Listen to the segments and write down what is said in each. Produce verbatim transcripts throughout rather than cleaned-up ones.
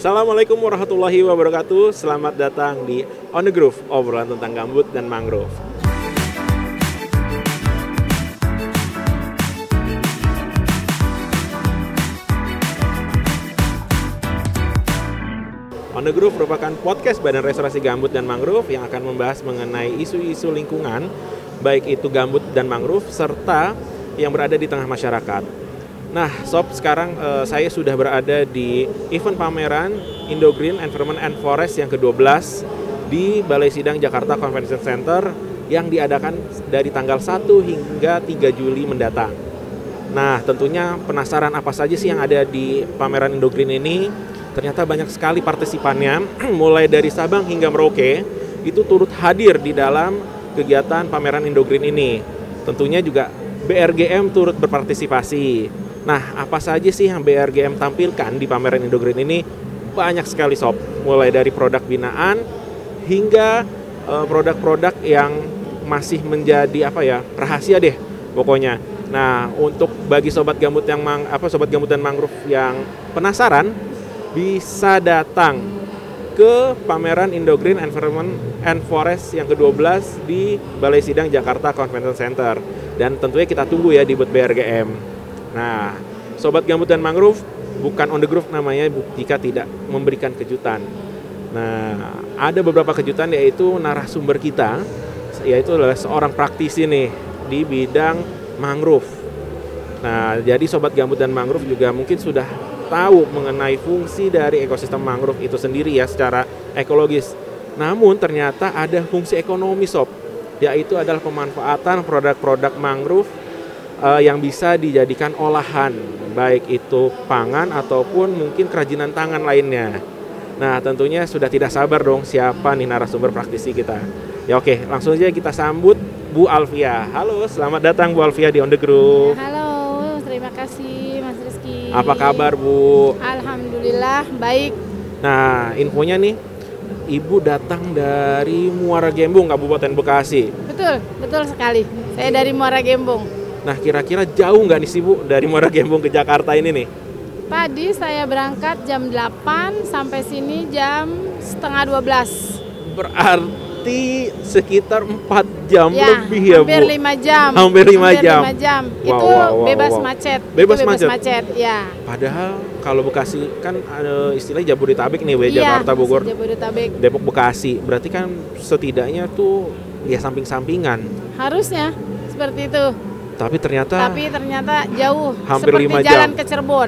Assalamualaikum warahmatullahi wabarakatuh. Selamat datang di On The Groove, obrolan tentang gambut dan mangrove. On The Groove merupakan podcast Badan Restorasi Gambut dan Mangrove yang akan membahas mengenai isu-isu lingkungan, baik itu gambut dan mangrove, serta yang berada di tengah masyarakat. Nah, Sob, sekarang uh, saya sudah berada di event pameran Indogreen Environment and Forest yang kedua belas di Balai Sidang Jakarta Convention Center yang diadakan dari tanggal satu hingga tiga Juli mendatang. Nah, tentunya penasaran apa saja sih yang ada di pameran Indogreen ini? Ternyata banyak sekali partisipannya, mulai dari Sabang hingga Merauke, itu turut hadir di dalam kegiatan pameran Indogreen ini. Tentunya juga B R G M turut berpartisipasi. Nah, apa saja sih yang B R G M tampilkan di pameran Indogreen ini? Banyak sekali, Sob. Mulai dari produk binaan hingga uh, produk-produk yang masih menjadi apa ya, rahasia deh pokoknya. Nah, untuk bagi sobat gambut yang mang, apa sobat gambut dan mangrove yang penasaran, bisa datang ke pameran Indogreen Environment and Forest yang kedua belas di Balai Sidang Jakarta Convention Center. Dan tentunya kita tunggu ya di booth B R G M. Nah, sobat gambut dan mangrove, bukan On The Groove namanya jika tidak memberikan kejutan. Nah, ada beberapa kejutan, yaitu narasumber kita, yaitu adalah seorang praktisi nih di bidang mangrove. Nah, jadi sobat gambut dan mangrove juga mungkin sudah tahu mengenai fungsi dari ekosistem mangrove itu sendiri ya secara ekologis. Namun ternyata ada fungsi ekonomi, Sob, yaitu adalah pemanfaatan produk-produk mangrove uh, yang bisa dijadikan olahan, baik itu pangan ataupun mungkin kerajinan tangan lainnya. Nah, tentunya sudah tidak sabar dong siapa nih narasumber praktisi kita. Ya oke, langsung aja kita sambut Bu Alfia. Halo, selamat datang Bu Alfia di On The Groove. Halo, terima kasih Mas Rizky. Apa kabar Bu? Alhamdulillah baik. Nah, infonya nih, Ibu datang dari Muara Gembong, Kabupaten Bekasi. Betul, betul sekali. Saya dari Muara Gembong. Nah, kira-kira jauh nggak nih sih Bu dari Muara Gembong ke Jakarta ini nih? Tadi saya berangkat jam delapan, sampai sini jam setengah dua belas. Berarti sekitar empat jam ya, lebih ya Bu? Hampir lima jam. Hampir lima jam. lima jam. Wow, Itu wow, wow, bebas wow. macet. Bebas, Itu macet? bebas macet, ya. Padahal kalau Bekasi kan ada istilahnya Jabodetabek nih, we, Ya, Jakarta, Bogor, Jabodetabek. Depok, Bekasi. Berarti kan setidaknya tuh ya samping-sampingan. Harusnya seperti itu. Tapi ternyata Tapi ternyata jauh. Hampir seperti lima jalan jam. ke Cirebon.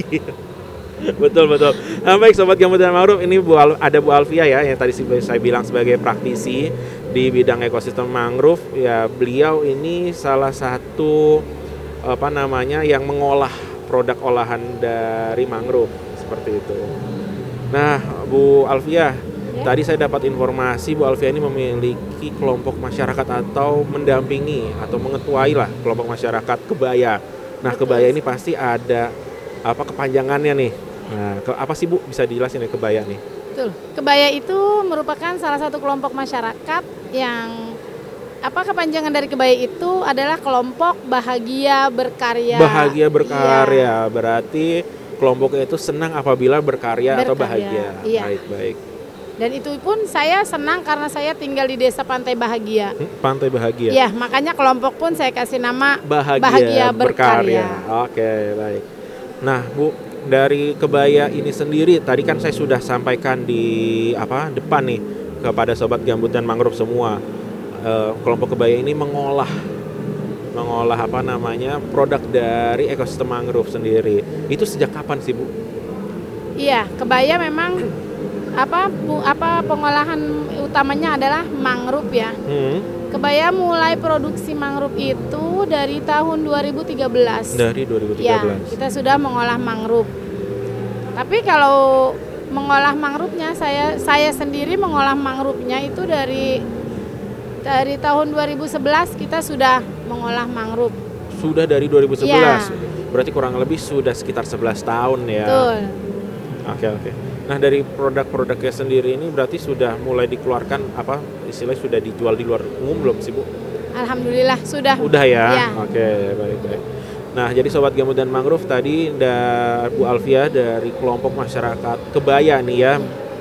betul betul. Nah, baik sobat gambut dan mangrove, ini Bu Al, ada Bu Alfia ya yang tadi saya bilang sebagai praktisi di bidang ekosistem mangrove. Ya, beliau ini salah satu apa namanya yang mengolah produk olahan dari mangrove seperti itu. Nah, Bu Alfia, ya. Tadi saya dapat informasi Bu Alfia ini memiliki kelompok masyarakat atau mendampingi atau mengetuai lah kelompok masyarakat kebaya. Nah, kebaya ini pasti ada apa kepanjangannya nih. Nah, ke, apa sih Bu bisa dijelasin ya kebaya nih? Betul. Kebaya itu merupakan salah satu kelompok masyarakat yang apa kepanjangan dari kebaya itu adalah kelompok bahagia berkarya. Bahagia berkarya, iya. Berarti kelompoknya itu senang apabila berkarya, berkarya. Atau bahagia. Iya. Baik, baik. Dan itu pun saya senang karena saya tinggal di desa Pantai Bahagia. Hmm, Pantai Bahagia. Ya, makanya kelompok pun saya kasih nama Bahagia, Bahagia Berkarya. Berkarya. Oke, baik. Nah, Bu, dari kebaya ini sendiri tadi kan saya sudah sampaikan di apa depan nih kepada sobat gambut dan mangrove semua. E, kelompok kebaya ini mengolah mengolah apa namanya produk dari ekosistem mangrove sendiri. Itu sejak kapan sih Bu? Iya, kebaya memang apa bu, apa pengolahan utamanya adalah mangrove ya. Hmm. Kebaya mulai produksi mangrove itu dari tahun dua ribu tiga belas. Dari dua ribu tiga belas. Ya, kita sudah mengolah mangrove. Tapi kalau mengolah mangrove-nya, saya saya sendiri mengolah mangrove-nya itu dari dari tahun dua ribu sebelas kita sudah mengolah mangrove. Sudah dari dua ribu sebelas. Ya. Berarti kurang lebih sudah sekitar sebelas tahun ya. Betul. Oke, oke. Nah, dari produk-produknya sendiri ini berarti sudah mulai dikeluarkan apa istilahnya sudah dijual di luar umum belum sih Bu? Alhamdulillah sudah. Udah ya. Ya. Oke, baik baik. Nah, jadi Sobat Gambut dan Mangrove tadi da, Bu Alfia dari kelompok masyarakat Kebaya nih ya.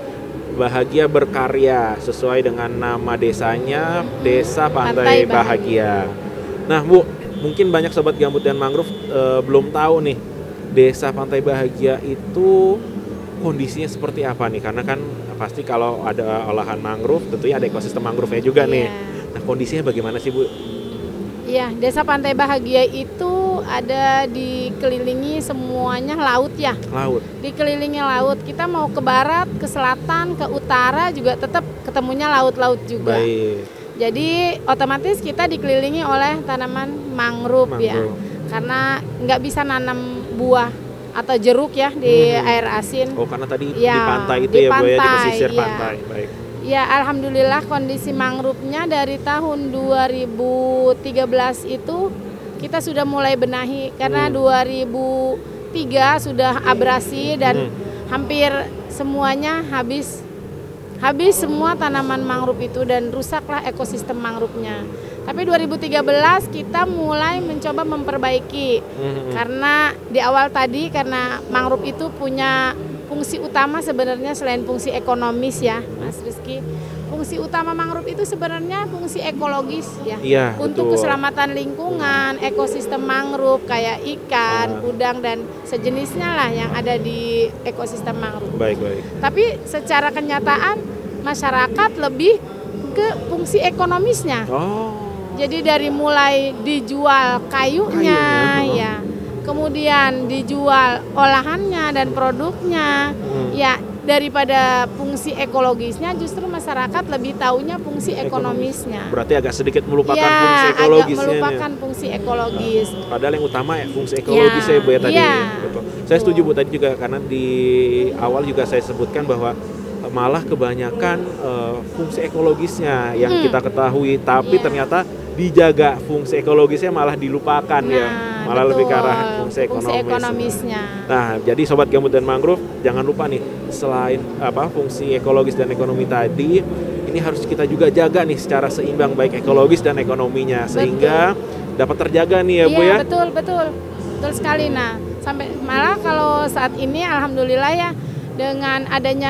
Bahagia berkarya sesuai dengan nama desanya, Desa Pantai, Pantai Bahagia. Nah, Bu, mungkin banyak Sobat Gambut dan Mangrove e, belum tahu nih Desa Pantai Bahagia itu kondisinya seperti apa nih? Karena kan pasti kalau ada olahan mangrove tentunya ada ekosistem mangrove-nya juga Iya. nih. Nah, kondisinya bagaimana sih, Bu? Iya, Desa Pantai Bahagia itu ada dikelilingi semuanya laut ya. Laut. Dikelilingi laut. Kita mau ke barat, ke selatan, ke utara juga tetap ketemunya laut-laut juga. Baik. Jadi otomatis kita dikelilingi oleh tanaman mangrove, ya. Mangrove. Karena nggak bisa nanam buah atau jeruk ya di Hmm. air asin. Oh, karena tadi Ya, di pantai itu di ya, Bu ya, di pantai, pesisir iya. pantai. Baik. Ya, alhamdulillah kondisi mangrove-nya dari tahun dua ribu tiga belas itu kita sudah mulai benahi karena Hmm. dua ribu tiga sudah abrasi dan Hmm. hampir semuanya habis habis semua tanaman mangrove itu dan rusaklah ekosistem mangrove-nya. Tapi dua ribu tiga belas kita mulai mencoba memperbaiki Hmm. karena di awal tadi karena mangrove itu punya fungsi utama sebenarnya selain fungsi ekonomis ya, Mas Rizky. Fungsi utama mangrove itu sebenarnya fungsi ekologis ya. Iya, Untuk betul. keselamatan lingkungan, ekosistem mangrove kayak ikan, Ah. udang dan sejenisnya lah yang ada di ekosistem mangrove. Baik, baik. Tapi secara kenyataan masyarakat lebih ke fungsi ekonomisnya. Oh. Jadi dari mulai dijual kayunya, Kayunya, ya, kemudian dijual olahannya dan produknya, Hmm. ya daripada fungsi ekologisnya justru masyarakat lebih taunya fungsi ekonomisnya. Berarti agak sedikit melupakan Ya, fungsi agak ekologisnya. nih. melupakan fungsi ekologis. Padahal yang utama ya fungsi ekologis ya, Ya, Bu ya tadi. iya. Betul. Saya setuju Bu tadi juga karena di awal juga saya sebutkan bahwa eh, malah kebanyakan eh, fungsi ekologisnya yang Hmm. kita ketahui, tapi Iya. ternyata dijaga fungsi ekologisnya malah dilupakan ya. Nah, Malah lebih ke betul. arah fungsi ekonomis. ekonomisnya. Nah, jadi Sobat Gambut dan Mangrove, jangan lupa nih, selain apa fungsi ekologis dan ekonomi tadi, ini harus kita juga jaga nih secara seimbang baik ekologis dan ekonominya sehingga dapat terjaga nih ya, Bu Iya, ya. betul, betul. Betul sekali. Nah, sampai malah kalau saat ini alhamdulillah ya dengan adanya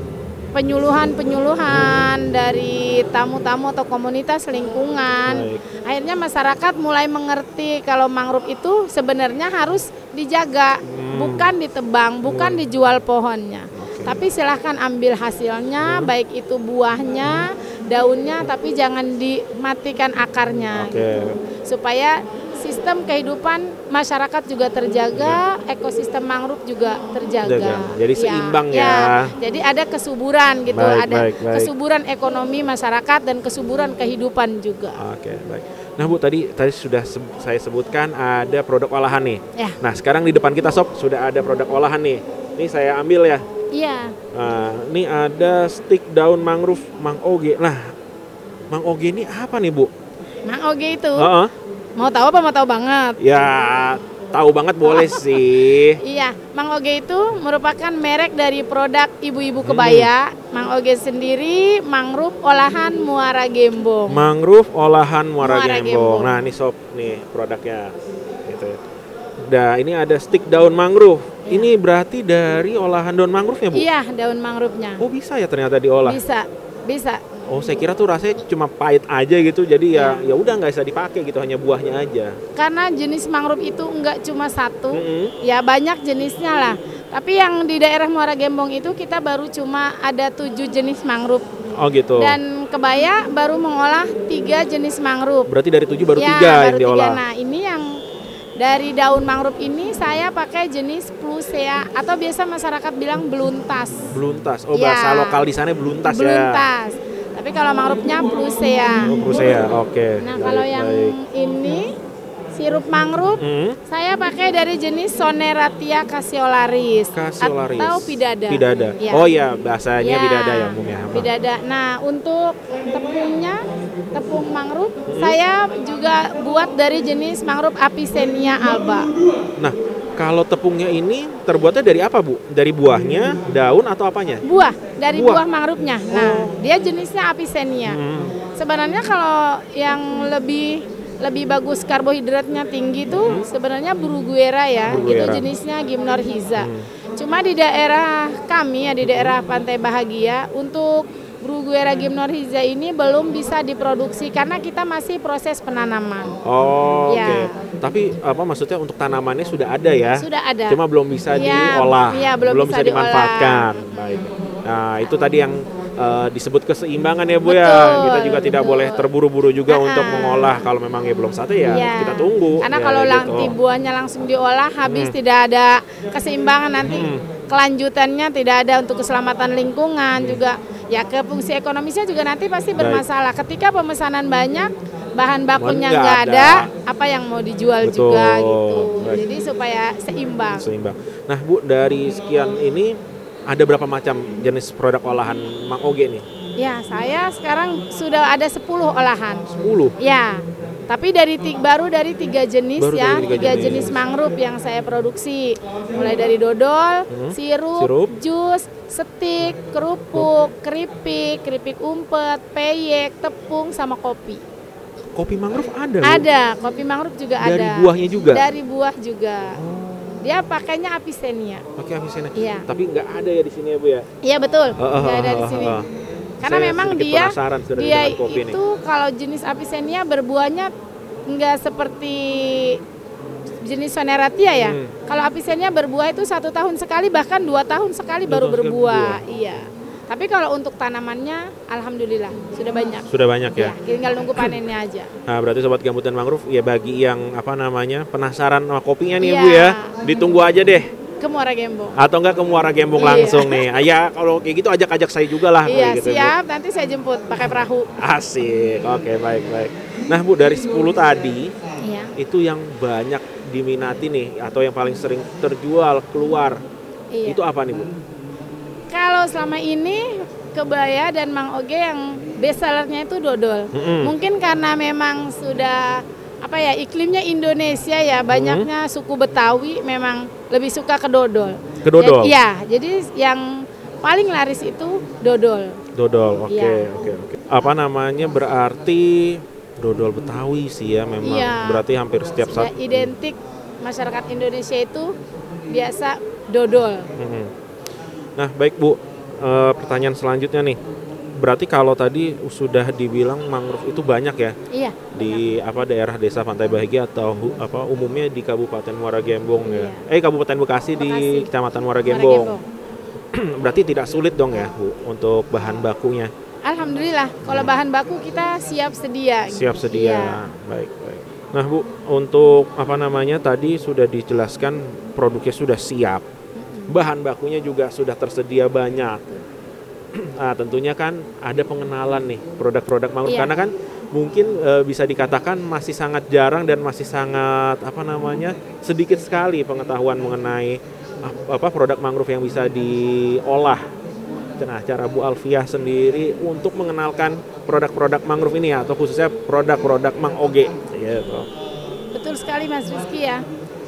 penyuluhan-penyuluhan dari tamu-tamu atau komunitas lingkungan, Baik. akhirnya masyarakat mulai mengerti kalau mangrove itu sebenarnya harus dijaga, Hmm. bukan ditebang, bukan Hmm. dijual pohonnya. Oke. Tapi silahkan ambil hasilnya, Hmm. baik itu buahnya, daunnya, tapi jangan dimatikan akarnya. Oke. Gitu. Supaya sistem kehidupan masyarakat juga terjaga, ekosistem mangrove juga terjaga. Jaga. Jadi seimbang ya. Jadi ada kesuburan gitu, Baik, ada baik, baik. kesuburan ekonomi masyarakat dan kesuburan kehidupan juga. Oke, baik. Nah, Bu, tadi tadi sudah se- saya sebutkan ada produk olahan nih. Ya. Nah, sekarang di depan kita Sob sudah ada produk olahan nih. Ini saya ambil ya. Iya. Nah, ini ada stik daun mangrove Mang Oge. Nah, Mang Oge ini apa nih, Bu? Mang Oge itu Heeh. mau tahu apa mau tahu banget? Ya, tahu banget boleh sih. Iya, Mang Oge itu merupakan merek dari produk ibu-ibu kebaya. Mang Oge sendiri mangrove olahan Muara Gembong. Mangrove olahan Muara, Muara Gembong. Gembong. Nah, ini Sob nih produknya. Gitu. Nah, ini ada stik daun mangrove. Ini berarti dari olahan daun mangrove-nya, Bu? Iya, daun mangrove-nya. Oh, bisa ya ternyata diolah. Bisa, bisa. Oh, saya kira tuh rasanya cuma pahit aja gitu. Jadi ya ya udah nggak bisa dipakai gitu, hanya buahnya aja. Karena jenis mangrove itu enggak cuma satu, Mm-mm. ya banyak jenisnya lah. Tapi yang di daerah Muara Gembong itu kita baru cuma ada tujuh jenis mangrove. Oh, gitu. Dan Kebaya baru mengolah tiga jenis mangrove. Berarti dari tujuh baru Ya, tiga baru yang diolah. tiga. Nah, ini yang dari daun mangrove ini saya pakai jenis Plusea atau biasa masyarakat bilang beluntas. Beluntas. Oh, Ya. bahasa lokal di sana beluntas, ya. Beluntas. Tapi kalau mangrove-nya Plusea. Oh, Prusea. Oke. Nah, Baik, kalau yang baik. ini sirup mangrove Hmm, saya pakai dari jenis Soneratia Cassiolaris, Cassiolaris. atau Pidada. Pidada. Ya. Oh ya, bahasanya Ya, pidada ya, Bung ya. Pidada. Nah, untuk tepungnya, tepung mangrove Hmm. saya juga buat dari jenis mangrove Avicennia alba. Nah, kalau tepungnya ini terbuatnya dari apa, Bu? Dari buahnya, daun atau apanya? Buah, dari Buah. buah, mangrove-nya. Nah, dia jenisnya Avicennia. Hmm. Sebenarnya kalau yang lebih lebih bagus karbohidratnya tinggi tuh hmm. sebenarnya Bruguiera ya, Bruguiera. itu jenisnya Gymnorrhiza. Hmm. Cuma di daerah kami ya di daerah Pantai Bahagia untuk Bruguiera Gymnorrhiza ini belum bisa diproduksi karena kita masih proses penanaman. Oh, ya. Oke. Okay. Tapi apa maksudnya untuk tanamannya sudah ada ya? Sudah ada. Cuma belum bisa ya, diolah, ya, belum, belum bisa, bisa dimanfaatkan. Baik. Nah, itu tadi yang Uh, disebut keseimbangan ya Bu. Betul, ya. Kita juga betul. tidak boleh terburu-buru juga uh-uh. untuk mengolah. Kalau memang ya belum satu ya, ya. kita tunggu. Karena ya, kalau gitu. nanti buahnya langsung diolah habis hmm. tidak ada keseimbangan nanti hmm. kelanjutannya tidak ada untuk keselamatan lingkungan hmm. juga ya ke fungsi ekonomisnya juga nanti pasti bermasalah. Baik. Ketika pemesanan banyak bahan bakunya nggak ada. ada, apa yang mau dijual Betul. juga gitu. Baik. Jadi supaya seimbang. Seimbang. Nah Bu, dari sekian ini ada berapa macam jenis produk olahan Mang Oge nih? Ya, saya sekarang sudah ada sepuluh olahan. sepuluh? Ya, tapi dari tiga, baru dari tiga jenis baru ya, dari tiga, tiga jenis. jenis mangrove yang saya produksi. Mulai dari dodol, hmm. sirup, sirup, jus, stik, kerupuk, keripik, keripik umpet, peyek, tepung, sama kopi. Kopi mangrove ada? Ada, Bu? Kopi mangrove juga dari ada. Dari buahnya juga? Dari buah juga. Oh. Dia pakainya Avicennia. Pakai Avicennia. Iya. Tapi nggak ada ya di sini ya Bu ya? Iya betul. Oh, oh, nggak ada oh, di sini. Oh, oh. Karena Saya memang dia dia itu nih. kalau jenis Avicennia berbuahnya nggak seperti jenis Soneratia ya. Hmm. Kalau Avicennia berbuah itu satu tahun sekali bahkan dua tahun sekali dua baru tahun berbuah. berbuah. Iya. Tapi kalau untuk tanamannya, alhamdulillah sudah banyak. Sudah banyak ya. ya tinggal nunggu panennya aja. Nah, berarti sobat Gambut dan Mangrove ya bagi yang apa namanya penasaran sama kopinya nih ya, ya Bu ya, ditunggu aja deh. Ke Muara Gembong. Atau enggak ke Muara Gembong iya. langsung nih. Ayah kalau kayak gitu ajak-ajak saya juga lah. Iya gitu, siap, Bu. nanti saya jemput pakai perahu. Asik, oke baik baik. Nah Bu, dari sepuluh tadi, iya. itu yang banyak diminati nih atau yang paling sering terjual keluar, iya. itu apa nih Bu? Kalau selama ini kebaya dan Mang Oge yang best sellernya itu dodol. Mm-hmm. Mungkin karena memang sudah apa ya iklimnya Indonesia ya banyaknya mm-hmm. suku Betawi memang lebih suka ke dodol. Ke dodol. Iya, jadi yang paling laris itu dodol. Dodol, oke okay, oke okay, oke. Okay. Apa namanya berarti dodol Betawi sih ya memang. Iya. Berarti hampir setiap saat. Identik masyarakat Indonesia itu biasa dodol. Mm-hmm. Nah baik Bu. Uh, pertanyaan selanjutnya nih, berarti kalau tadi sudah dibilang mangrove itu banyak ya? Iya. Di banyak. Apa daerah desa Pantai Bahagia atau apa umumnya di Kabupaten Muara Gembong iya. ya? Eh Kabupaten Bekasi, Bekasi. Di Kecamatan Muara Gembong. Muara Gembong. Berarti tidak sulit dong ya Bu untuk bahan bakunya? Alhamdulillah, kalau bahan baku kita siap sedia. Siap sedia, iya. baik baik. Nah Bu, untuk apa namanya tadi sudah dijelaskan produknya sudah siap. Bahan bakunya juga sudah tersedia banyak. Nah, tentunya kan ada pengenalan nih produk-produk mangrove iya. karena kan mungkin e, bisa dikatakan masih sangat jarang dan masih sangat apa namanya sedikit sekali pengetahuan mengenai apa produk mangrove yang bisa diolah. Nah, cara Bu Alfiah sendiri untuk mengenalkan produk-produk mangrove ini atau khususnya produk-produk Mang Oge. Gitu. Betul sekali Mas Rizky ya.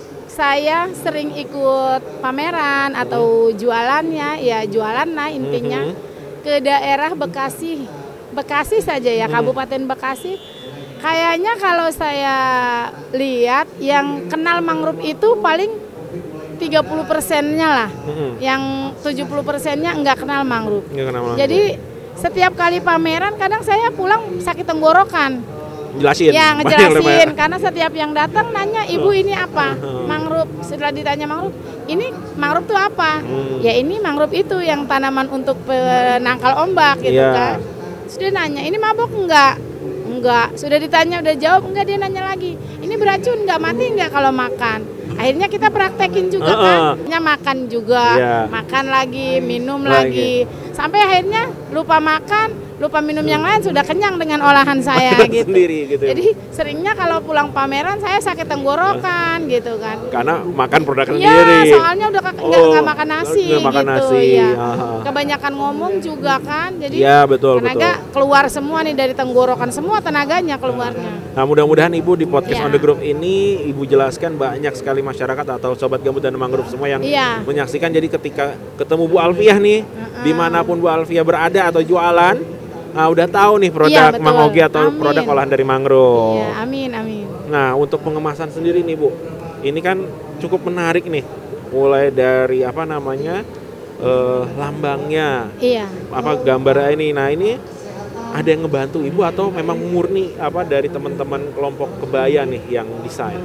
Saya sering ikut pameran atau jualannya, ya jualan lah intinya mm-hmm. ke daerah Bekasi, Bekasi saja ya, mm. Kabupaten Bekasi. Kayaknya kalau saya lihat yang kenal mangrove itu paling tiga puluh persennya lah, mm-hmm. yang tujuh puluh persennya enggak kenal mangrove. Enggak kenal mangrove. Jadi setiap kali pameran kadang saya pulang sakit tenggorokan. Jelasin. Ya ngejelasin karena setiap yang datang nanya ibu ini apa mangrove, setelah ditanya mangrove ini mangrove itu apa hmm. ya ini mangrove itu yang tanaman untuk penangkal ombak gitu yeah. kan. Sudah nanya ini mabok enggak enggak, sudah ditanya udah jawab enggak, dia nanya lagi ini beracun enggak, mati enggak kalau makan. Akhirnya kita praktekin juga uh-uh. kan, nya makan juga yeah. makan lagi minum lagi. lagi sampai akhirnya lupa makan lupa minum yang lain, sudah kenyang dengan olahan saya gitu. Sendiri, gitu. Jadi seringnya kalau pulang pameran saya sakit tenggorokan gitu kan. Karena makan produk ya, sendiri. Iya, soalnya udah nggak oh, makan nasi gak makan gitu nasi. ya. Aha. Kebanyakan ngomong juga kan, jadi ya, betul, tenaga betul. keluar semua nih dari tenggorokan, semua tenaganya keluarnya. Nah mudah-mudahan Ibu di podcast ya. On The Group ini Ibu jelaskan banyak sekali masyarakat atau sobat gambut dan mangrove semua yang ya. menyaksikan. Jadi ketika ketemu Bu Alfiah nih, uh-uh. dimanapun Bu Alfiah berada atau jualan, nah, udah tahu nih produk ya, Mang Oge atau amin. produk olahan dari mangrove. Iya, amin, amin. Nah, untuk pengemasan sendiri nih Bu, ini kan cukup menarik nih. Mulai dari apa namanya eh, lambangnya, Iya. apa gambarnya ini. Nah ini ada yang ngebantu Ibu atau memang murni apa dari teman-teman kelompok kebaya nih yang desain?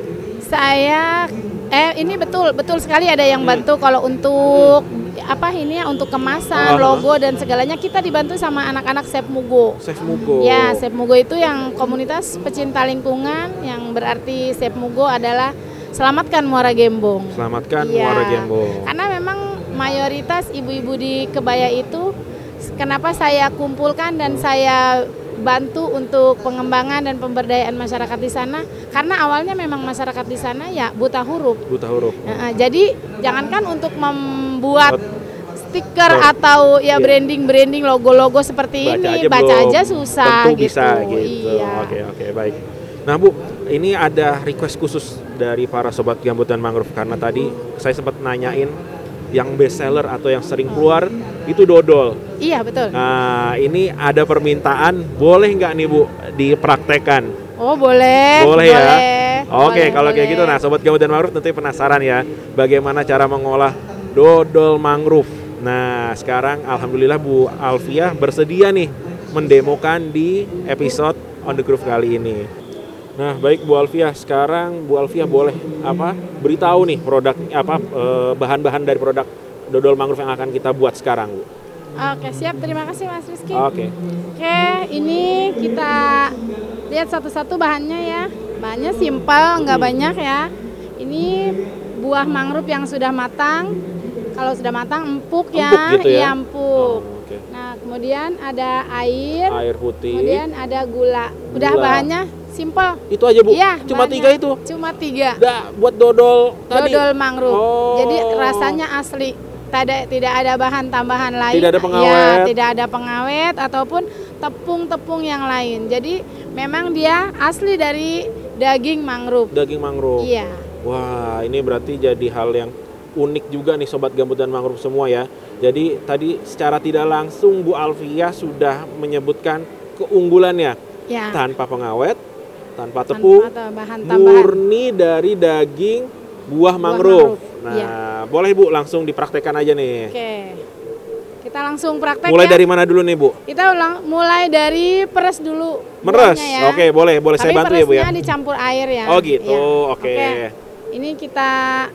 Saya eh ini betul betul sekali ada yang Hmm. bantu kalau untuk apa ini ya untuk kemasan, Oh. logo dan segalanya kita dibantu sama anak-anak Save Mugo. Chef Mugo. Ya, Save Mugo itu yang komunitas pecinta lingkungan yang berarti Save Mugo adalah selamatkan Muara Gembong. Selamatkan Iya. Muara Gembong. Karena memang mayoritas ibu-ibu di kebaya itu kenapa saya kumpulkan dan saya bantu untuk pengembangan dan pemberdayaan masyarakat di sana karena awalnya memang masyarakat di sana ya buta huruf. Buta huruf. Nah, jadi jangankan untuk membuat stiker Oh. atau ya Iya. branding-branding logo-logo seperti Baca ini aja baca belum aja susah tentu gitu. bisa gitu. Iya. Oke oke baik. Nah Bu, ini ada request khusus dari para sobat gambut dan mangrove karena tadi saya sempat nanyain yang best seller atau yang sering keluar itu dodol. Iya, betul. Nah ini ada permintaan, boleh nggak nih Bu dipraktekkan? Oh, boleh. Boleh ya? Oke, Boleh, kalau kayak boleh. gitu, nah Sobat Gambut dan Mangrove tentunya penasaran ya bagaimana cara mengolah dodol mangrove. Nah, sekarang Alhamdulillah Bu Alfiah bersedia nih mendemokan di episode On The Groove kali ini. Nah, baik Bu Alfiah, sekarang Bu Alfiah boleh apa beritahu nih produk apa eh, bahan-bahan dari produk dodol mangrove yang akan kita buat sekarang, Bu. Oke, siap. Terima kasih Mas Rizky. Oke. Oke, ini kita lihat satu-satu bahannya ya. Bahannya simpel, nggak banyak ya. Ini buah mangrove yang sudah matang. Kalau sudah matang empuk ya, Empuk gitu ya? iya empuk. Oh, oke. Nah, kemudian ada air, Air putih. kemudian ada gula. Udah Gula. bahannya simpel. Itu aja Bu. Iya, Cuma bahannya tiga itu. Cuma tiga. Dah buat dodol tadi. Dodol mangrove. Oh. Jadi rasanya asli. Tidak tidak ada bahan tambahan lain. Tidak ada pengawet. Ya, tidak ada pengawet ataupun tepung-tepung yang lain. Jadi memang dia asli dari daging mangrove. Daging mangrove. Iya. Wah, ini berarti jadi hal yang unik juga nih Sobat Gambut dan Mangrove semua ya. Jadi tadi secara tidak langsung Bu Alfiah sudah menyebutkan keunggulannya. Ya. Tanpa pengawet, tanpa tepung, Tanpa bahan tambahan. murni dari daging buah mangrove. mangrove, Nah, iya. boleh Bu langsung dipraktekkan aja nih. Oke. Kita langsung praktek Mulai ya. dari mana dulu nih Bu? Kita ulang mulai dari peres dulu. Meres. buahnya ya. Oke, boleh, boleh Tapi saya bantu ya Bu ya. peresnya dicampur air ya. Oh gitu. Iya. Oke. Ini kita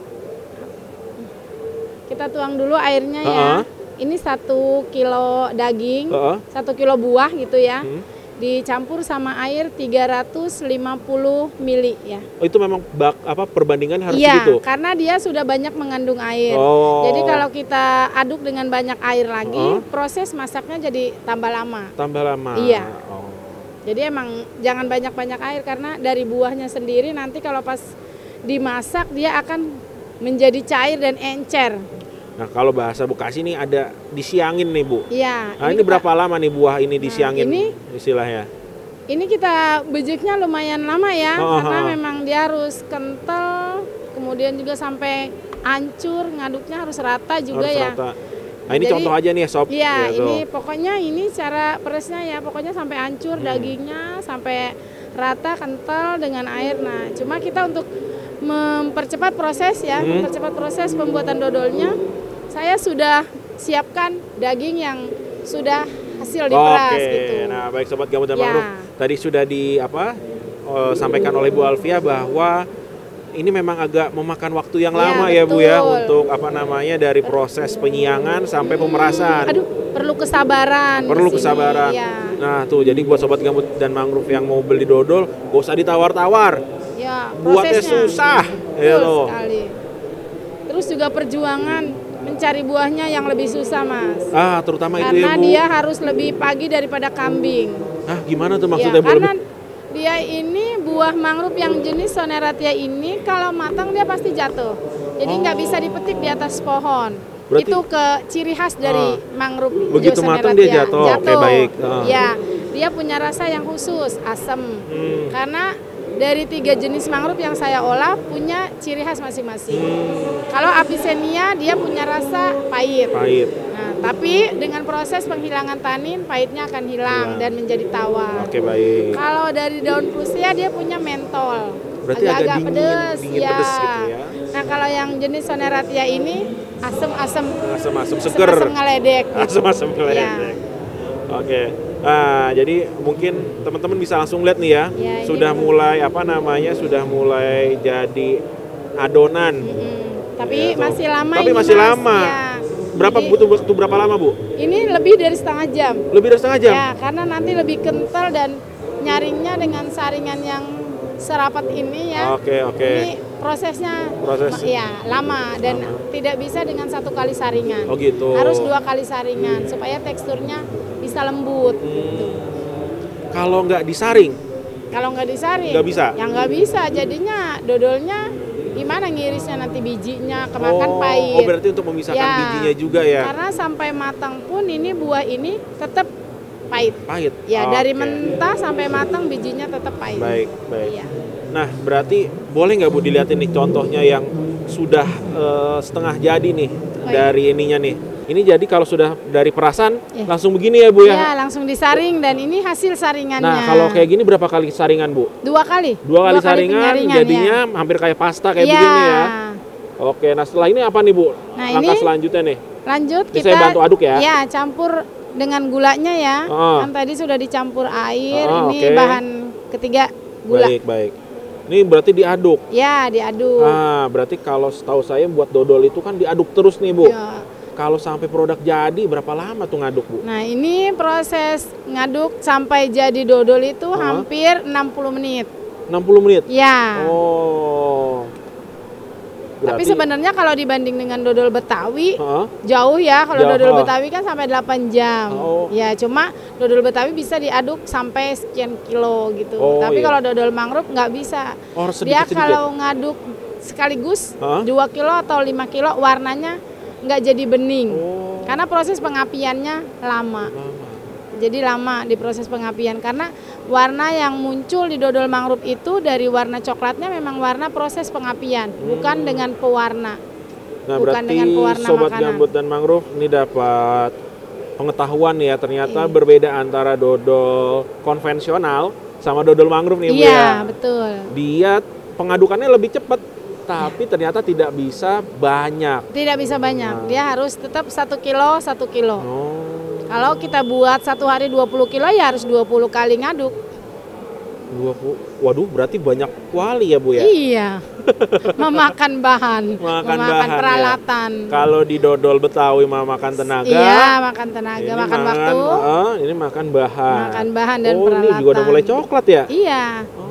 kita tuang dulu airnya ya. Uh-uh. Ini satu kilo daging, Uh-uh. satu kilo buah gitu ya. Hmm. Dicampur sama air tiga ratus lima puluh mili ya. Oh, itu memang bak apa perbandingan harus Iya, gitu. karena dia sudah banyak mengandung air. Oh. Jadi kalau kita aduk dengan banyak air lagi, Uh-uh. proses masaknya jadi tambah lama. Tambah lama. Iya. Oh. Jadi emang jangan banyak-banyak air karena dari buahnya sendiri nanti kalau pas dimasak dia akan menjadi cair dan encer. Nah, kalau bahasa Bekasi nih ada disiangin nih, Bu. Iya. Nah, ini kita- berapa lama nih buah ini disiangin ini- istilahnya? Ini kita bejeknya lumayan lama ya, Oh, karena oh. memang dia harus kental, kemudian juga sampai hancur, ngaduknya harus rata juga Harus ya. rata. Nah, ini Jadi- contoh aja nih ya, sob. Iya, Gitu. ini pokoknya ini cara peresnya ya, pokoknya sampai hancur Hmm. dagingnya, sampai rata, kental dengan air. Nah, cuma kita untuk mempercepat proses ya, Hmm. mempercepat proses pembuatan dodolnya, saya sudah siapkan daging yang sudah hasil diperas Oke. gitu. Nah, baik sobat Gambut dan Ya. Mangrove, tadi sudah di apa? eh, sampaikan oleh Bu Alfiah bahwa ini memang agak memakan waktu yang Ya, lama ya Bu ya betul. untuk apa namanya dari proses penyiangan sampai pemerasan. Aduh, perlu kesabaran. Perlu di sini. kesabaran. Ya. Nah, tuh jadi buat sobat Gambut dan Mangrove yang mau beli dodol, gak usah ditawar-tawar. Ya, Buatnya prosesnya. susah. Betul Gitu. sekali. Terus juga perjuangan mencari buahnya yang lebih susah, Mas. Ah, terutama itu Karena ya, Bu. dia harus lebih pagi daripada kambing. Ah, gimana tuh Ya, maksudnya Bu? karena Lebih- dia ini buah mangrove yang jenis Soneratia ini kalau matang dia pasti jatuh. Jadi nggak Oh. bisa dipetik di atas pohon. Berarti- Itu ke ciri khas dari mangrove Begitu hijau matang dia Soneratia. jatuh. Oke, baik. Ah. Ya, dia punya rasa yang khusus, asam. Hmm. Karena dari tiga jenis mangrove yang saya olah punya ciri khas masing-masing. Hmm, Kalau Avicennia dia punya rasa pahit. pahit. Nah, Tapi dengan proses penghilangan tanin, pahitnya akan hilang Hilang. dan menjadi tawar. Oke, baik. Kalau dari daun fuchsia dia punya mentol, Berarti agak agak-agak dingin, pedes, dingin ya. pedes gitu ya. Nah kalau yang jenis Soneratia ini asem-asem, Asam-asam seger. asem ngeledek. Gitu. Asam-asam ngeledek. Ya. Oke. Nah, jadi mungkin teman-teman bisa langsung lihat nih ya. Ya, ini sudah betul. mulai apa namanya? Sudah mulai jadi adonan. Mm-mm. Tapi Ya, tuh. masih lama Tapi ini, masih Mas. lama. Ya. Berapa Jadi, butuh waktu berapa lama, Bu? Ini lebih dari setengah jam. Lebih dari setengah jam. Ya, karena nanti lebih kental dan nyaringnya dengan saringan yang serapat ini ya. Oke, oke. Ini prosesnya Proses. ma- ya lama dan Lama. tidak bisa dengan satu kali saringan. Oh gitu. Harus dua kali saringan supaya teksturnya bisa lembut. Hmm. Kalau nggak disaring, Kalau nggak disaring, Nggak bisa? Ya nggak bisa. Jadinya dodolnya gimana ngirisnya nanti bijinya kemakan oh, pahit. oh berarti untuk memisahkan Ya, bijinya juga ya. Karena sampai matang pun ini buah ini tetap pahit. Pahit. Ya Oke. dari mentah sampai matang bijinya tetap pahit. Baik, baik. Iya. Nah, berarti boleh nggak Bu dilihatin nih contohnya yang sudah eh, setengah jadi nih Baik. dari ininya nih. Ini jadi kalau sudah dari perasan Ya. langsung begini ya Bu ya. Ya langsung disaring dan ini hasil saringannya. Nah, kalau kayak gini berapa kali saringan Bu? dua kali. Dua kali saringan penyaringan, jadinya ya. hampir kayak pasta kayak Ya. begini ya. Oke, nah setelah ini apa nih Bu? Nah, Langkah ini- selanjutnya nih. Lanjut Ini kita. saya bantu aduk ya. Ya campur dengan gulanya ya. Oh. Kan tadi sudah dicampur air. Oh, ini oke. bahan ketiga gula. Baik, baik. Ini berarti diaduk. Ya diaduk. Ah, berarti kalau setahu saya buat dodol itu kan diaduk terus nih Bu. Ya. Kalau sampai produk jadi berapa lama tuh ngaduk Bu? Nah ini proses ngaduk sampai jadi dodol itu Oh. hampir enam puluh menit. enam puluh menit? Ya. Oh. Tapi sebenarnya kalau dibanding dengan dodol Betawi Heeh. jauh ya. Kalau Jauh. dodol Betawi kan sampai delapan jam. Oh. Ya cuma dodol Betawi bisa diaduk sampai sekian kilo gitu. Oh, Tapi iya. kalau dodol mangrove nggak bisa. Oh, Dia sedikit-sedikit. kalau ngaduk sekaligus Hah? dua kilo atau lima kilo warnanya nggak jadi bening. Oh. Karena proses pengapiannya lama. Lama. Jadi lama di proses pengapian karena warna yang muncul di dodol mangrove itu dari warna coklatnya memang warna proses pengapian, bukan dengan pewarna. Nah, Bukan berarti dengan pewarna Sobat makanan. Gambut dan Mangrove ini dapat pengetahuan ya, ternyata Iya. berbeda antara dodol konvensional sama dodol mangrove nih Bu ya. Iya, betul. Dia pengadukannya lebih cepat, tapi ternyata tidak bisa banyak. Tidak bisa banyak. Nah. Dia harus tetap satu kilo, satu kilo. Oh. Kalau kita buat satu hari dua puluh kilo ya harus dua puluh kali ngaduk. dua puluh. Waduh, berarti banyak kuali ya Bu ya. Iya. Memakan bahan, Makan memakan bahan, ya. peralatan. Kalau di dodol Betawi mah makan tenaga. Iya, makan tenaga, Ini makan waktu, eh, ini makan bahan. makan bahan dan oh, peralatan. ini juga udah mulai coklat ya? Iya.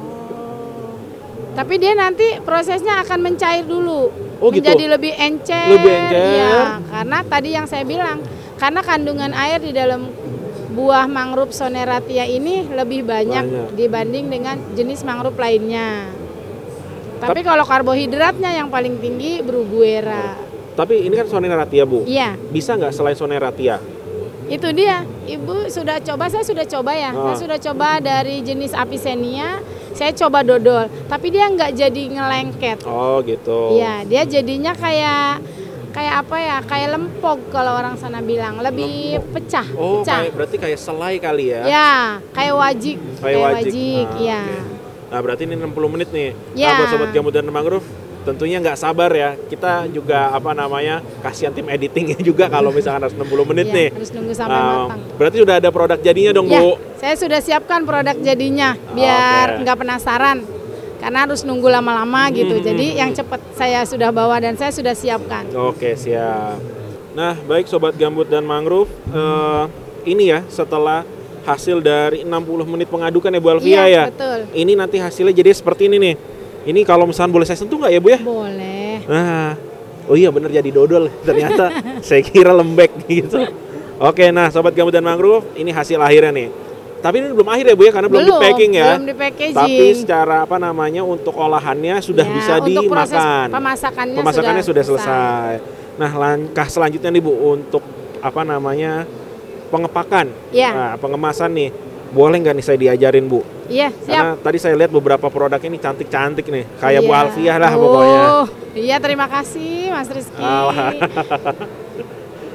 Tapi dia nanti prosesnya akan mencair dulu, Oh, gitu? menjadi lebih encer. Lebih encer. Iya, karena tadi yang saya bilang, karena kandungan air di dalam buah mangrove Soneratia ini lebih banyak, Banyak. dibanding dengan jenis mangrove lainnya. Tapi kalau karbohidratnya yang paling tinggi Bruguera. Tapi ini kan Soneratia Bu. Iya, Bisa nggak selain Soneratia? itu dia. Ibu sudah coba, saya sudah coba ya. Ah. Saya sudah coba dari jenis Avicennia, saya coba dodol. Tapi dia nggak jadi ngelengket. Oh gitu. Iya, dia jadinya kayak kayak apa ya? Kayak lempog kalau orang sana bilang, lebih pecah, Oh, pecah. kayak, berarti kayak selai kali ya? Ya, kayak wajik, Kayak wajik. Ah, iya. oke. Nah, berarti ini enam puluh menit nih. Ya. Nah, buat Sobat Gambut dan Mangrove, tentunya nggak sabar ya. Kita juga apa namanya, kasihan tim editingnya juga kalau misalkan harus enam puluh menit Iya, nih. harus nunggu sampai Ah, matang. Berarti sudah ada produk jadinya dong Ya, Bu? saya sudah siapkan produk jadinya biar Oke. nggak penasaran. Karena harus nunggu lama-lama gitu. Hmm, Jadi hmm, yang cepat saya sudah bawa dan saya sudah siapkan. Oke, siap. Nah, baik Sobat Gambut dan Mangrove, eh, ini ya setelah hasil dari enam puluh menit pengadukan ya Bu Alvia Iya, ya. betul. Ini nanti hasilnya jadi seperti ini nih. Ini kalau misalkan boleh saya sentuh nggak ya Bu ya? Boleh. Nah, oh iya bener jadi dodol. Ternyata saya kira lembek gitu. Oke, nah Sobat Gambut dan Mangrove, ini hasil akhirnya nih. Tapi ini belum akhir ya Bu ya, karena belum, Belum, di packing ya. belum di-packaging. Tapi secara apa namanya untuk olahannya sudah Ya, bisa untuk proses dimakan. pemasakannya, Pemasakannya sudah, sudah selesai. Nah, langkah selanjutnya nih Bu untuk apa namanya pengepakan, Ya. nah, pengemasan nih. Boleh nggak nih saya diajarin Bu? Iya, Karena siap. tadi saya lihat beberapa produk ini cantik-cantik nih, kayak Bu Iya. Alvia lah Oh, pokoknya. Iya, terima kasih Mas Rizky. Alah.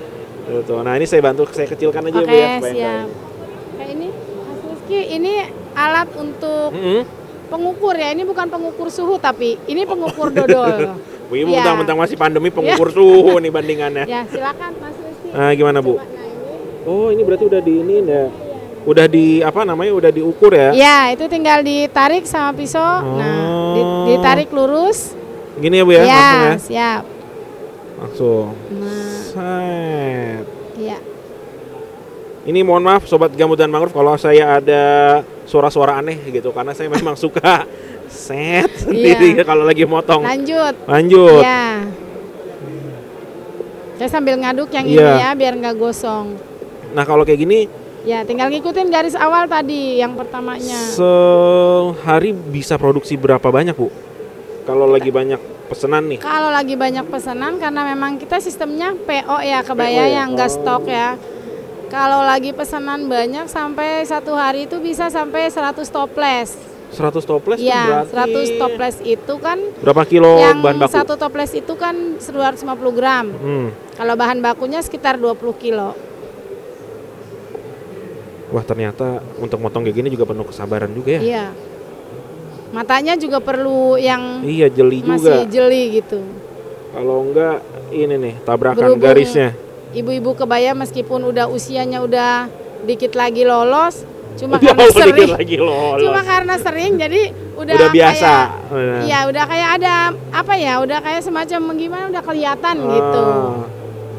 Tuh, nah ini saya bantu, saya kecilkan aja Oke, Bu ya. supaya siap. enggak- Kayak ini, Mas Rizky, ini alat untuk Mm-mm. pengukur ya. Ini bukan pengukur suhu tapi ini pengukur dodol. Bu Ibu Ya. mentang-mentang masih pandemi pengukur suhu nih bandingannya. Ya, silakan Mas Rizky. Nah, gimana Bu? Coba, nah ini. Oh ini berarti udah di ini ya. Udah di apa namanya? Udah diukur ya? Ya, itu tinggal ditarik sama pisau. Nah, di- ditarik lurus. Gini ya Bu ya, Ya, langsung ya. siap. Langsung. Nah, Set. iya. Ini mohon maaf Sobat Gambut dan Mangrove kalau saya ada suara-suara aneh gitu karena saya memang suka set sendiri kalau lagi motong. Lanjut. Lanjut. Ya. Saya sambil ngaduk yang Iya. ini ya biar nggak gosong. Nah kalau kayak gini Ya, tinggal ngikutin garis awal tadi yang pertamanya. sehari bisa produksi berapa banyak Bu? Kalau lagi banyak pesanan nih. Kalau lagi banyak pesanan karena memang kita sistemnya P O ya, P O kebaya ya? yang nggak Oh. stok ya. Kalau lagi pesanan banyak sampai satu hari itu bisa sampai seratus toples. seratus toples tuh Ya, berarti seratus toples itu kan berapa kilo yang bahan baku? satu toples itu kan dua ratus lima puluh gram. Hmm. Kalau bahan bakunya sekitar dua puluh kilo. Wah ternyata untuk motong kayak gini juga penuh kesabaran juga ya. Iya. Matanya juga perlu yang Iya jeli masih juga. jeli gitu. Kalau enggak ini nih tabrakan Berhubung garisnya. Ibu-ibu kebaya meskipun udah usianya udah dikit lagi lolos, cuma Udah karena dikit sering, lagi lolos. cuma karena sering jadi udah, Udah biasa. kayak- Udah. Iya, udah kayak ada apa ya, udah kayak semacam gimana, udah kelihatan gitu. Ah.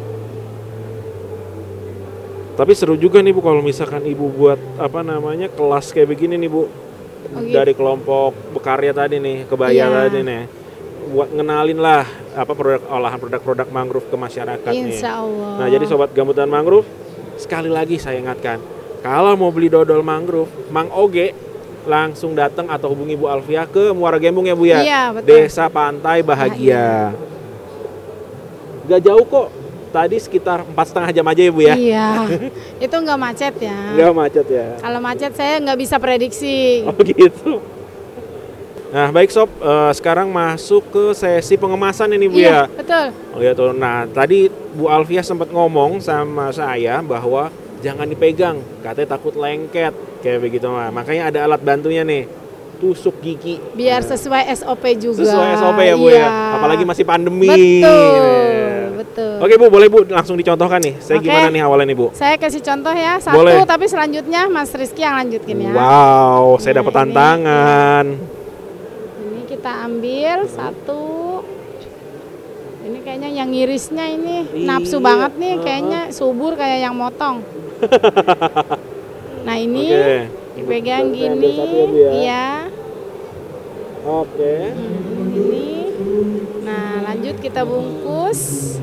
Tapi seru juga nih Bu kalau misalkan Ibu buat apa namanya kelas kayak begini nih Bu. Oh, gitu. Dari kelompok bekarya tadi nih, kebaya Iya. tadi nih. Buat ngenalin lah apa produk olahan produk-produk mangrove ke masyarakat nih. Insya Allah. Nah, jadi Sobat Gambut dan Mangrove, sekali lagi saya ingatkan, kalau mau beli dodol mangrove, Mang Oge langsung datang atau hubungi Bu Alfia ke Muara Gembong ya Bu ya. Iya, betul. Desa Pantai Bahagia. Gak jauh kok. Tadi sekitar empat setengah jam aja ya Bu ya. Iya, itu nggak macet ya. Nggak macet ya. Kalau macet saya nggak bisa prediksi. Oh gitu. Nah baik Sob, eh, sekarang masuk ke sesi pengemasan ini Bu Iya, ya. betul. Oh iya tuh. Nah tadi Bu Alfia sempat ngomong sama saya bahwa jangan dipegang, katanya takut lengket kayak begitu mah. Makanya ada alat bantunya nih, tusuk gigi. Biar Nah, sesuai S O P juga. sesuai S O P ya Bu Iya. ya. Apalagi masih pandemi. Betul, Nah. betul. Oke Bu, boleh Bu langsung dicontohkan nih. Saya Oke. gimana nih awalnya nih Bu? Saya kasih contoh ya, satu Boleh. tapi selanjutnya Mas Rizky yang lanjutin ya. Wow, saya Nah, dapat ini, tantangan. Ini kita ambil satu. Ini kayaknya yang ngirisnya ini Iya, nafsu banget nih, uh-uh. kayaknya subur kayak yang motong. Nah ini Oke. dipegang Saya ambil gini, satu ya, Bu ya. iya. Oke. Hmm, ini. Nah lanjut kita bungkus.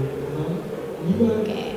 Oke.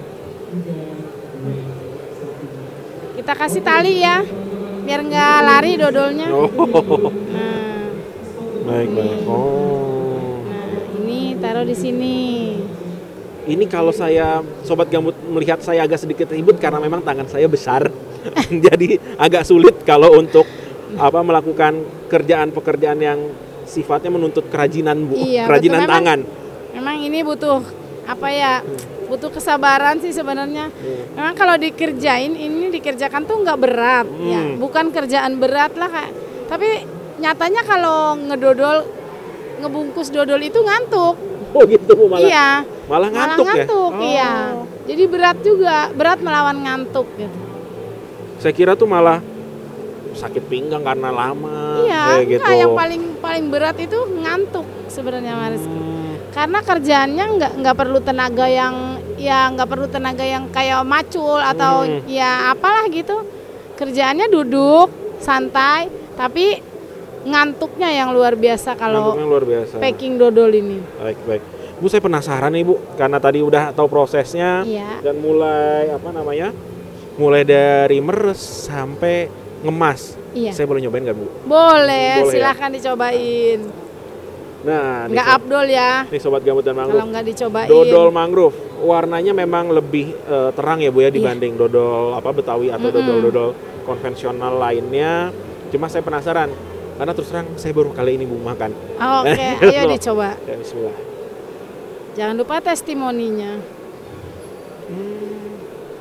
Kita kasih tali ya, biar nggak lari dodolnya. Oh, Nah, baik baik. Oh. nah ini taruh di sini. Ini kalau saya Sobat Gambut melihat saya agak sedikit ribet karena memang tangan saya besar. Jadi agak sulit kalau untuk apa melakukan kerjaan-pekerjaan yang sifatnya menuntut kerajinan Bu, Iya, kerajinan betul. Memang- tangan. Memang ini butuh apa ya? Butuh kesabaran sih sebenarnya. Memang kalau dikerjain ini dikerjakan tuh nggak berat, ya. Hmm. Bukan kerjaan berat lah kak. Tapi nyatanya kalau ngedodol, ngebungkus dodol itu ngantuk. Oh gitu Bu malah. Iya. Malah ngantuk, malah ngantuk, ya. iya. Oh. Jadi berat juga, berat melawan ngantuk gitu. Saya kira tuh malah sakit pinggang karena lama Iya, kayak gitu. enggak, yang paling paling berat itu ngantuk sebenarnya Mas Rizky. Hmm. Karena kerjaannya nggak nggak perlu tenaga yang ya nggak perlu tenaga yang kayak macul atau Hmm. ya apalah gitu. Kerjaannya duduk santai, tapi ngantuknya yang luar biasa kalau Ngantuknya luar biasa. packing dodol ini. Baik, baik. Bu, saya penasaran nih Bu, karena tadi udah tahu prosesnya Iya. dan mulai apa namanya? Mulai dari meres sampai ngemas. Iya. Saya boleh nyobain nggak Bu? Boleh, Boleh ya? silahkan dicobain. Nah, nih, Nggak sob- abdol ya, nih Sobat Gambut dan kalau Mangrove. nggak dicobain. Dodol mangrove, warnanya memang lebih eh, terang ya Bu ya Iya. dibanding dodol apa Betawi atau Mm-mm. dodol-dodol konvensional lainnya. Cuma saya penasaran, karena terus terang saya baru kali ini Bu makan. Oh, Oke, ayo dicoba. Ya, bismillah. Jangan lupa testimoninya. Hmm.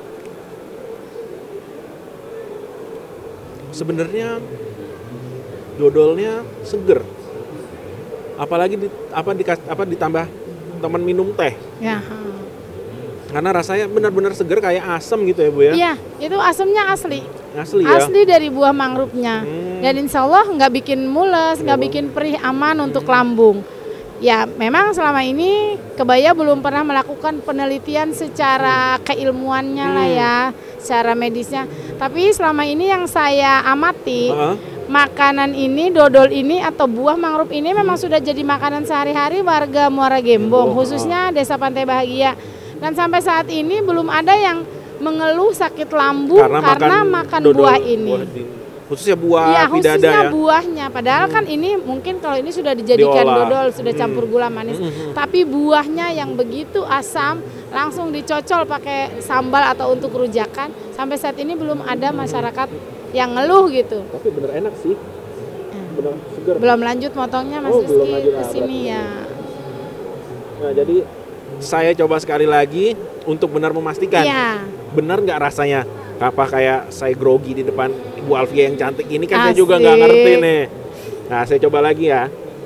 Sebenarnya dodolnya seger. Apalagi di, apa, di, apa ditambah teman minum teh. Ya. Karena rasanya benar-benar seger kayak asam gitu ya Bu ya? Iya, itu asamnya asli. Asli ya? Asli dari buah mangrovenya. Hmm. Dan insya Allah nggak bikin mules, nggak Oh. bikin perih, aman untuk lambung. Ya memang selama ini Kebaya belum pernah melakukan penelitian secara keilmuannya lah Hmm. ya, secara medisnya. Tapi selama ini yang saya amati, Uh-huh. makanan ini, dodol ini atau buah mangrove ini memang sudah jadi makanan sehari-hari warga Muara Gembong, Oh, khususnya Desa Pantai Bahagia. Dan sampai saat ini belum ada yang mengeluh sakit lambung karena, karena makan dodol, buah ini. Buah di, khususnya buah Iya, pidada khususnya ya. buahnya. Padahal kan ini mungkin kalau ini sudah dijadikan Diolah. dodol, sudah campur Hmm. gula manis. Hmm. Tapi buahnya yang begitu asam, langsung dicocol pakai sambal atau untuk rujakan. Sampai saat ini belum ada masyarakat yang ngeluh gitu. Tapi bener enak sih. Bener seger. Belum lanjut motongnya Mas Oh, belum Rizky lanjut. ke Ah, sini ya. Nah, jadi saya coba sekali lagi untuk benar memastikan Iya. benar nggak rasanya. Apa kayak saya grogi di depan Ibu Alfia yang cantik ini kan saya juga nggak Asik. ngerti nih. Nah, saya coba lagi ya.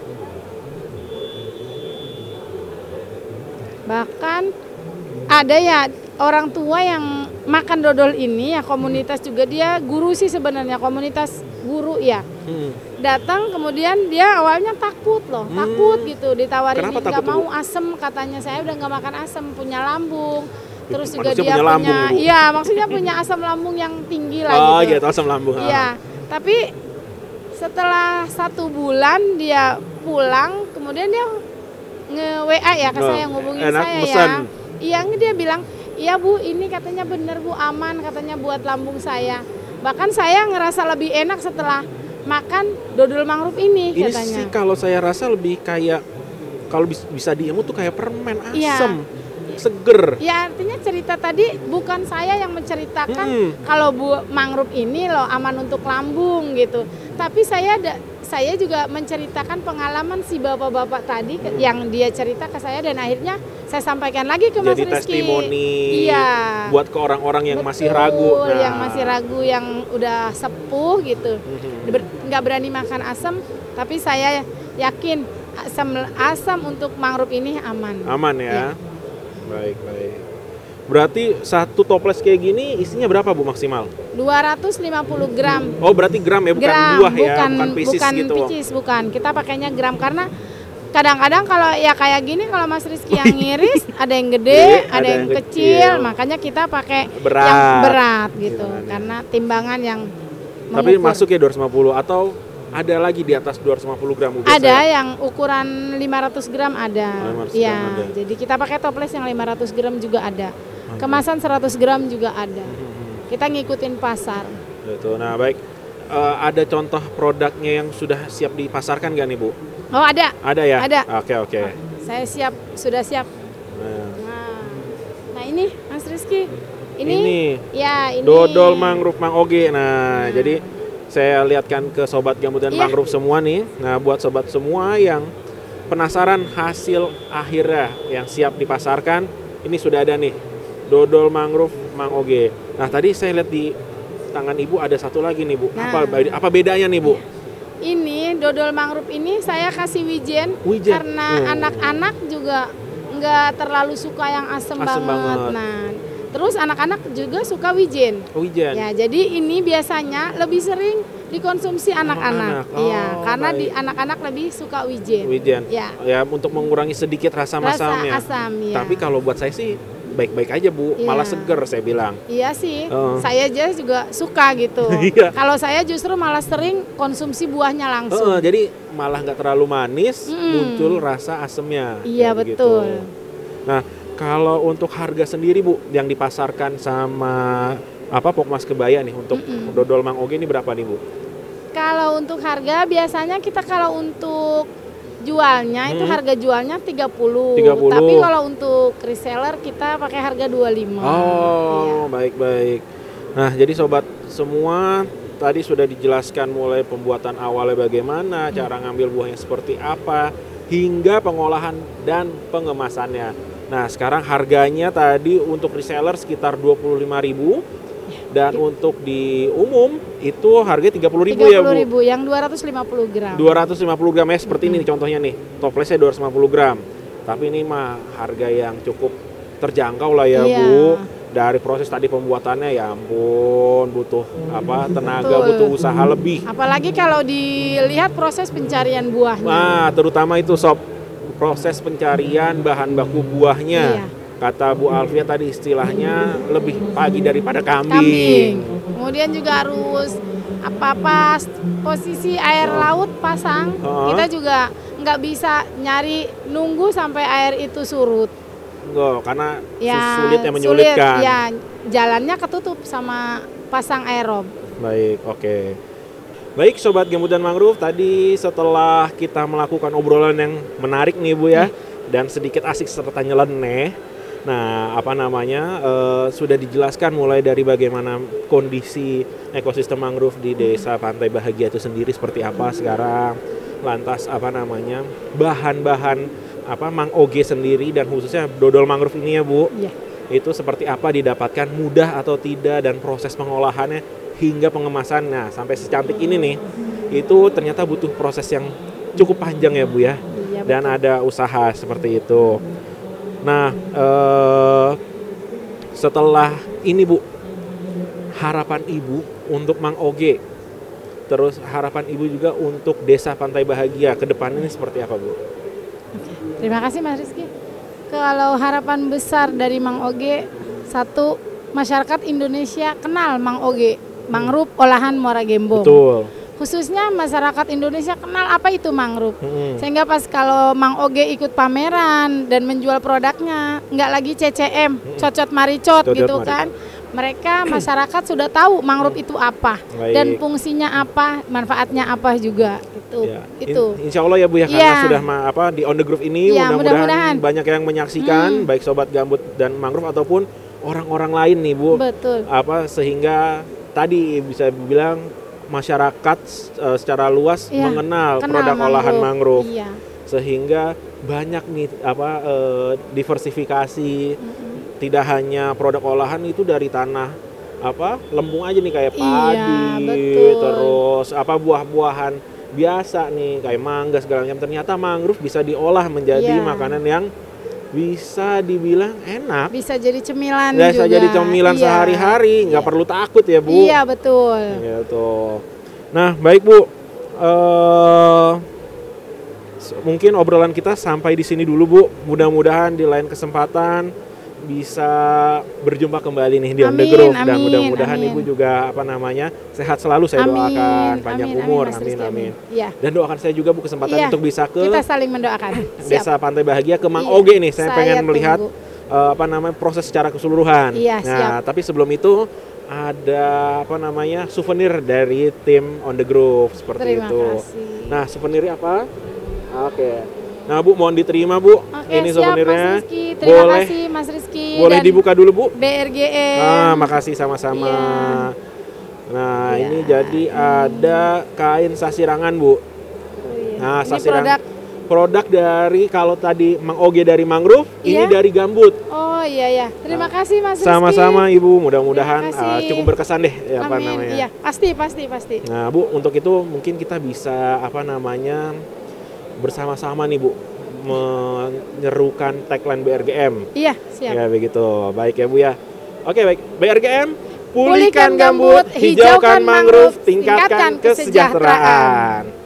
Bahkan ada ya orang tua yang makan dodol ini ya, komunitas juga, dia guru sih sebenarnya, komunitas guru ya. Hmm. Datang kemudian dia awalnya takut loh, Hmm. takut gitu, ditawarin Kenapa nggak takut, mau Bu? asem, katanya saya udah nggak makan asem, punya lambung. Terus juga Manusia dia punya punya, lambung, Bu. iya maksudnya punya asam lambung yang tinggi lah Oh, gitu. gitu asam lambung. Iya, tapi setelah satu bulan dia pulang, kemudian dia nge-W A ya ke Oh, saya, ngubungin enak, saya pesan. ya. Iya, dia bilang, iya Bu, ini katanya bener Bu, aman katanya buat lambung saya. Bahkan saya ngerasa lebih enak setelah makan dodol mangrove ini, Ini katanya. sih kalau saya rasa lebih kayak kalau bis- bisa diemut tuh kayak permen Iya. asem, seger. Ya artinya cerita tadi bukan saya yang menceritakan Hmm. kalau bu mangrove ini loh aman untuk lambung gitu. Tapi saya da, saya juga menceritakan pengalaman si bapak-bapak tadi ke- yang dia cerita ke saya, dan akhirnya saya sampaikan lagi ke Mas Jadi Rizky. testimoni Iya. buat ke orang-orang yang masih Betul, ragu. Nah. yang masih ragu, yang udah sepuh gitu, Mhm. Ber- nggak berani makan asam, tapi saya yakin asam asam untuk mangrove ini aman. Aman ya. Iya. Baik, baik. Berarti satu toples kayak gini isinya berapa Bu maksimal? dua ratus lima puluh gram. Oh, berarti gram ya, bukan Gram, buah ya, bukan bukan pieces bukan gitu. pieces, bukan. Kita pakainya gram karena kadang-kadang kalau ya kayak gini, kalau Mas Rizky yang ngiris ada yang gede, Gede, ada, yang kecil, makanya kita pakai Berat. yang berat gitu, Gimana? karena timbangan yang Tapi mengukur. masuk ya dua ratus lima puluh atau ada lagi di atas dua ratus lima puluh gram Bu Ada biasanya? yang ukuran lima ratus gram ada. lima ratus Iya, gram ada. jadi kita pakai toples yang lima ratus gram juga ada. Oke. Kemasan seratus gram juga ada. Mhm. Kita ngikutin pasar. Gitu. Nah, baik. Eh, ada contoh produknya yang sudah siap dipasarkan nggak nih Bu? Oh, ada. Ada ya? Ada. Oke, oke. Saya siap, sudah siap. Nah, Nah, nah ini Mas Rizky. Ini, ini ya ini dodol mangrove Mang Oge. Nah, jadi saya lihatkan ke sobat gambut dan Iya. mangrove semua nih. Nah, buat sobat semua yang penasaran hasil akhirnya yang siap dipasarkan, ini sudah ada nih. Dodol mangrove Mang Oge. Nah, tadi saya lihat di tangan Ibu ada satu lagi nih, Bu. Nah. Apa apa bedanya nih, Bu? Ini dodol mangrove ini saya kasih wijen, Wijen. karena Oh. anak-anak juga nggak terlalu suka yang asem, Asem banget. banget. Nah, terus anak-anak juga suka wijen. Oh, Wijen. Ya, jadi ini biasanya lebih sering dikonsumsi anak-anak. Anak-anak. Iya, Oh, karena baik. di anak-anak lebih suka wijen. Wijen. Ya. Ya, untuk mengurangi sedikit rasa Rasa masamnya. asam ya. Tapi kalau buat saya sih baik-baik aja, Bu. Iya. Malah seger saya bilang. Iya sih, Oh. saya aja juga suka gitu. Iya. Kalau saya justru malah sering konsumsi buahnya langsung. Heeh, jadi malah nggak terlalu manis, Mm. muncul rasa asemnya. Iya, Kayak begitu. betul. Nah, kalau untuk harga sendiri Bu, yang dipasarkan sama apa Pokmas Kebaya nih untuk Mm-mm. dodol Mang Oge ini berapa nih Bu? Kalau untuk harga biasanya kita kalau untuk jualnya itu Hmm. harga jualnya tiga puluh. tiga puluh. Tapi kalau untuk reseller kita pakai harga dua puluh lima. Oh, baik-baik. Nah, jadi sobat semua tadi sudah dijelaskan mulai pembuatan awalnya bagaimana, cara ngambil buahnya seperti apa, hingga pengolahan dan pengemasannya. Nah, sekarang harganya tadi untuk reseller sekitar dua puluh lima ribu dan ya. Untuk di umum itu harganya tiga puluh ribu ya, Bu. tiga puluh ribu yang dua ratus lima puluh gram. dua ratus lima puluh gram ya, seperti ini nih contohnya nih. Toplesnya dua ratus lima puluh gram. Tapi ini mah harga yang cukup terjangkau lah ya, iya. Bu. Dari proses tadi pembuatannya ya ampun, butuh apa tenaga, Betul. butuh usaha lebih. Apalagi kalau dilihat proses pencarian buahnya. Nah, terutama itu sob, proses pencarian bahan baku buahnya. Iya. Kata Bu Alfia tadi istilahnya lebih pagi daripada kambing. Kambing. Kemudian juga harus apa-apa posisi air laut pasang. Uh-huh. Kita juga nggak bisa nyari nunggu sampai air itu surut. Enggak, karena Ya, sulit yang menyulitkan. Sulit, ya, jalannya ketutup sama pasang aerob. Baik, oke. Baik Sobat Gambut dan Mangrove, tadi setelah kita melakukan obrolan yang menarik nih Bu ya, dan sedikit asik serta nyeleneh. Nah, apa namanya, uh, sudah dijelaskan mulai dari bagaimana kondisi ekosistem mangrove di Desa Pantai Bahagia itu sendiri seperti apa sekarang. Lantas apa namanya, bahan-bahan apa Mang Oge sendiri dan khususnya dodol mangrove ini ya Bu, Iya. itu seperti apa didapatkan, mudah atau tidak, dan proses pengolahannya hingga pengemasan. Nah, sampai secantik ini nih, itu ternyata butuh proses yang cukup panjang ya Bu ya, Iya, dan betul. ada usaha seperti itu. Nah, eh, setelah ini Bu, harapan Ibu untuk Mang Oge, terus harapan Ibu juga untuk Desa Pantai Bahagia ke depan ini seperti apa Bu? Terima kasih Mas Rizky. Kalau harapan besar dari Mang Oge, satu, masyarakat Indonesia kenal Mang Oge, mangrove olahan Muara Gembong. Betul. Khususnya masyarakat Indonesia kenal apa itu mangrove. Hmm. Sehingga pas kalau Mang Oge ikut pameran dan menjual produknya, nggak lagi C C M, Hmm. cocot maricot Cocot gitu maricot. kan. Mereka masyarakat sudah tahu mangrove itu apa. Baik. Dan fungsinya apa, manfaatnya apa juga gitu. Ya. Itu. In- insya Allah ya Bu ya, karena Iya. sudah ma- apa di On The Groove ini Iya, mudah-mudahan mudah-mudahan. banyak yang menyaksikan, Hmm. baik Sobat Gambut dan Mangrove ataupun orang-orang lain nih Bu. Betul. Apa sehingga tadi bisa bilang masyarakat uh, secara luas Iya, mengenal kenal produk olahan mangrove. Iya. Sehingga banyak nih apa uh, diversifikasi. Mm-mm. Tidak hanya produk olahan itu dari tanah apa lempung aja nih kayak Iya, padi, betul. terus apa buah-buahan biasa nih kayak mangga segala macam. Ternyata mangrove bisa diolah menjadi Iya. makanan yang bisa dibilang enak. Bisa jadi cemilan Bisa juga. jadi cemilan Iya. sehari-hari, nggak Iya. perlu takut ya Bu. Iya, betul. Gitu. Nah, baik Bu. Eh, mungkin obrolan kita sampai di sini dulu Bu. Mudah-mudahan di lain kesempatan bisa berjumpa kembali nih di On The Amin, Groove, dan amin, mudah-mudahan amin. Ibu juga apa namanya sehat selalu saya Amin, doakan, panjang amin, umur, Mas amin Rizky, amin. Iya. Dan doakan saya juga Bu kesempatan Iya, untuk bisa ke Kita saling mendoakan. Siap. Desa Pantai Bahagia ke Mang Iya, Oge nih. Saya, saya pengen tunggu. melihat eh, apa namanya proses secara keseluruhan. Iya, nah, siap. tapi sebelum itu ada apa namanya souvenir dari tim On The Groove seperti Terima itu. kasih. Nah, souvenirnya apa? Oke. Nah, Bu mohon diterima Bu. Oke, Ini siap souvenirnya. Mas Rizky. Terima boleh kasih Mas Rizky. boleh dan dibuka dulu Bu. B R G M. Ah, makasih sama-sama. Iya. Nah, Iya. ini jadi ada kain sasirangan Bu. Oh, iya. Nah, Ini sasirang- produk. Produk dari kalau tadi Mang Oge dari mangrove, ini Iya. dari gambut. Oh iya ya. Terima kasih Mas Rizky. Sama-sama Ibu, mudah-mudahan Terima kasih. uh, cukup berkesan deh ya apa Amin. namanya. Iya, pasti pasti pasti. Nah, Bu, untuk itu mungkin kita bisa apa namanya bersama-sama nih Bu menyerukan tagline B R G M. Iya, siap. Ya begitu. Baik ya Bu ya. Oke, baik. B R G M, Pulihkan gambut, hijaukan mangrove, tingkatkan tingkatkan kesejahteraan.